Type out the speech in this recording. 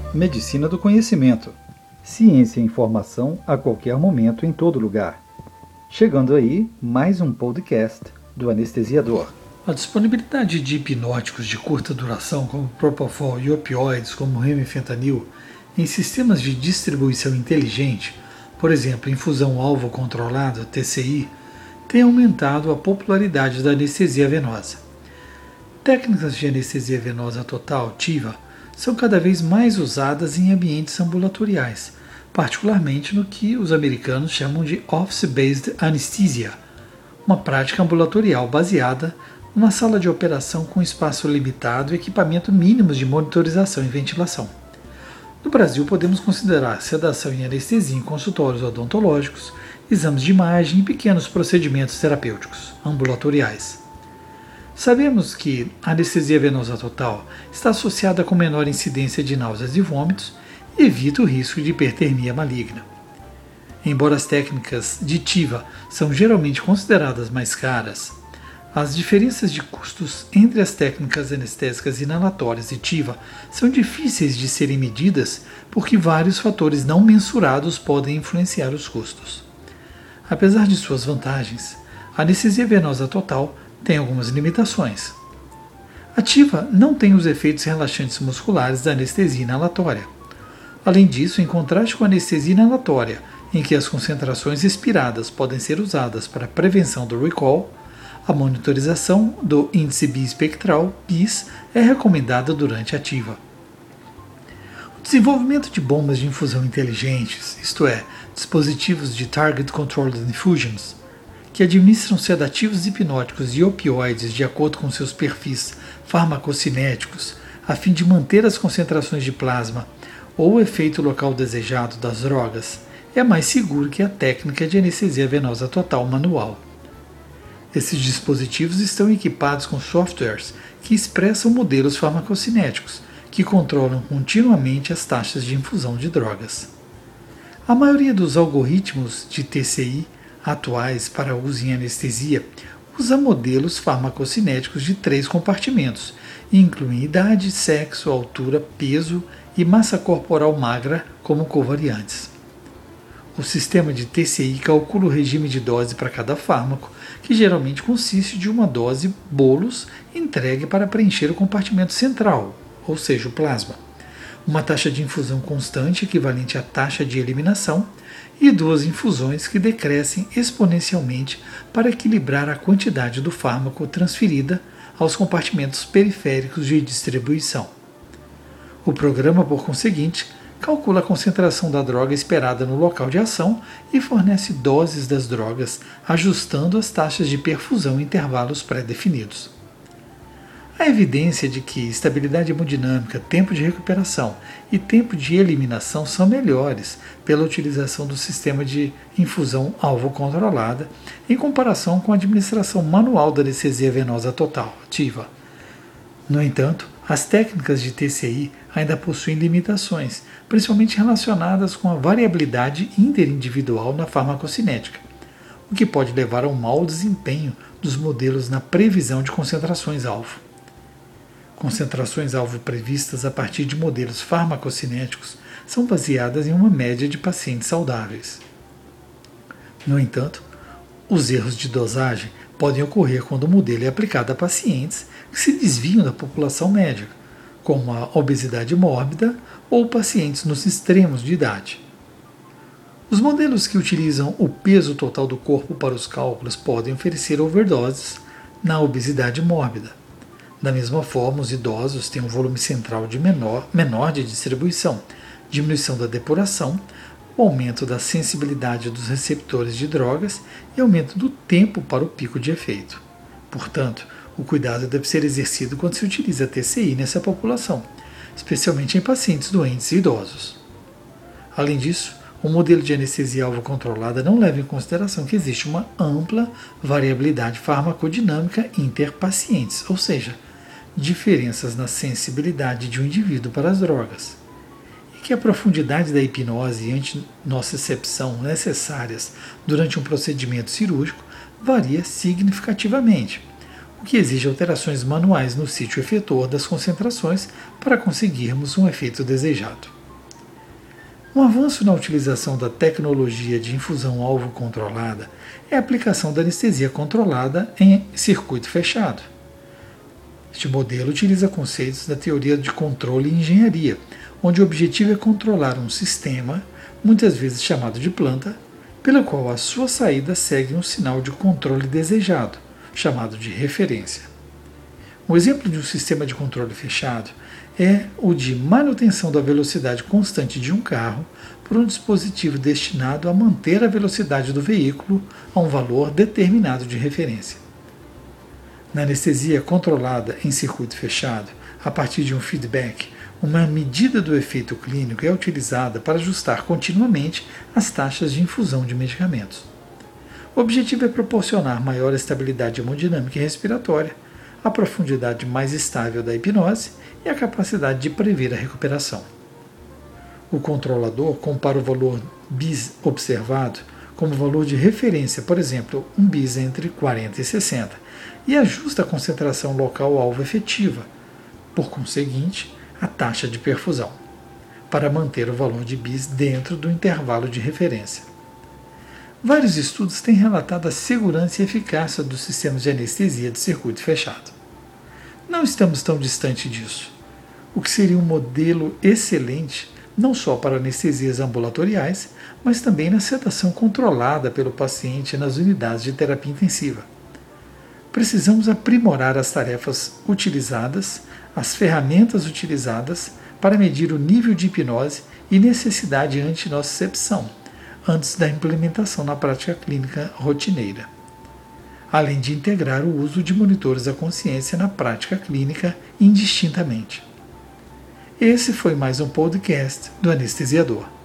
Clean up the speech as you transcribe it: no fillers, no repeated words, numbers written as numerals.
Medicina do conhecimento. Ciência e informação a qualquer momento, em todo lugar. Chegando aí, mais um podcast do Anestesiador. A disponibilidade de hipnóticos de curta duração, como Propofol, e opioides, como remifentanil, em sistemas de distribuição inteligente, por exemplo, infusão alvo controlada, TCI, tem aumentado a popularidade da anestesia venosa. Técnicas de anestesia venosa total, TIVA, são cada vez mais usadas em ambientes ambulatoriais, particularmente no que os americanos chamam de Office-Based Anesthesia, uma prática ambulatorial baseada numa sala de operação com espaço limitado e equipamento mínimos de monitorização e ventilação. No Brasil, podemos considerar sedação e anestesia em consultórios odontológicos, exames de imagem e pequenos procedimentos terapêuticos ambulatoriais. Sabemos que a anestesia venosa total está associada com menor incidência de náuseas e vômitos e evita o risco de hipertermia maligna. Embora as técnicas de TIVA são geralmente consideradas mais caras, as diferenças de custos entre as técnicas anestésicas inalatórias e TIVA são difíceis de serem medidas porque vários fatores não mensurados podem influenciar os custos. Apesar de suas vantagens, a anestesia venosa total tem algumas limitações. A TIVA não tem os efeitos relaxantes musculares da anestesia inalatória. Além disso, em contraste com a anestesia inalatória, em que as concentrações expiradas podem ser usadas para a prevenção do recall, a monitorização do índice biespectral, BIS, é recomendada durante a TIVA. O desenvolvimento de bombas de infusão inteligentes, isto é, dispositivos de Target Controlled Infusions, que administram sedativos hipnóticos e opioides de acordo com seus perfis farmacocinéticos, a fim de manter as concentrações de plasma ou o efeito local desejado das drogas, é mais seguro que a técnica de anestesia venosa total manual. Esses dispositivos estão equipados com softwares que expressam modelos farmacocinéticos, que controlam continuamente as taxas de infusão de drogas. A maioria dos algoritmos de TCI atuais para uso em anestesia usa modelos farmacocinéticos de 3 compartimentos, e incluem idade, sexo, altura, peso e massa corporal magra como covariantes. O sistema de TCI calcula o regime de dose para cada fármaco, que geralmente consiste de uma dose bolos entregue para preencher o compartimento central, ou seja, o plasma, uma taxa de infusão constante equivalente à taxa de eliminação e 2 infusões que decrescem exponencialmente para equilibrar a quantidade do fármaco transferida aos compartimentos periféricos de distribuição. O programa, por conseguinte, calcula a concentração da droga esperada no local de ação e fornece doses das drogas, ajustando as taxas de perfusão em intervalos pré-definidos. A evidência de que estabilidade hemodinâmica, tempo de recuperação e tempo de eliminação são melhores pela utilização do sistema de infusão alvo controlada em comparação com a administração manual da anestesia venosa total, TIVA. No entanto, as técnicas de TCI ainda possuem limitações, principalmente relacionadas com a variabilidade interindividual na farmacocinética, o que pode levar ao mau desempenho dos modelos na previsão de concentrações-alvo. Concentrações-alvo previstas a partir de modelos farmacocinéticos são baseadas em uma média de pacientes saudáveis. No entanto, os erros de dosagem podem ocorrer quando o modelo é aplicado a pacientes que se desviam da população média, como a obesidade mórbida ou pacientes nos extremos de idade. Os modelos que utilizam o peso total do corpo para os cálculos podem oferecer overdoses na obesidade mórbida. Da mesma forma, os idosos têm um volume central menor de distribuição, diminuição da depuração, o aumento da sensibilidade dos receptores de drogas e aumento do tempo para o pico de efeito. Portanto, o cuidado deve ser exercido quando se utiliza a TCI nessa população, especialmente em pacientes doentes e idosos. Além disso, o modelo de anestesia alvo controlada não leva em consideração que existe uma ampla variabilidade farmacodinâmica interpacientes, ou seja, diferenças na sensibilidade de um indivíduo para as drogas, e que a profundidade da hipnose e antinocicepção necessárias durante um procedimento cirúrgico varia significativamente, o que exige alterações manuais no sítio efetor das concentrações para conseguirmos um efeito desejado. Um avanço na utilização da tecnologia de infusão alvo controlada é a aplicação da anestesia controlada em circuito fechado. Este modelo utiliza conceitos da teoria de controle e engenharia, onde o objetivo é controlar um sistema, muitas vezes chamado de planta, pelo qual a sua saída segue um sinal de controle desejado, chamado de referência. Um exemplo de um sistema de controle fechado é o de manutenção da velocidade constante de um carro por um dispositivo destinado a manter a velocidade do veículo a um valor determinado de referência. Na anestesia controlada em circuito fechado, a partir de um feedback, uma medida do efeito clínico é utilizada para ajustar continuamente as taxas de infusão de medicamentos. O objetivo é proporcionar maior estabilidade hemodinâmica e respiratória, a profundidade mais estável da hipnose e a capacidade de prever a recuperação. O controlador compara o valor bis observado como valor de referência, por exemplo, um bis entre 40 e 60, e ajusta a concentração local-alvo efetiva, por conseguinte, a taxa de perfusão, para manter o valor de bis dentro do intervalo de referência. Vários estudos têm relatado a segurança e eficácia dos sistemas de anestesia de circuito fechado. Não estamos tão distante disso, o que seria um modelo excelente não só para anestesias ambulatoriais, mas também na sedação controlada pelo paciente nas unidades de terapia intensiva. Precisamos aprimorar as tarefas utilizadas, as ferramentas utilizadas para medir o nível de hipnose e necessidade de antinocicepção, antes da implementação na prática clínica rotineira, além de integrar o uso de monitores da consciência na prática clínica indistintamente. Esse foi mais um podcast do Anestesiador.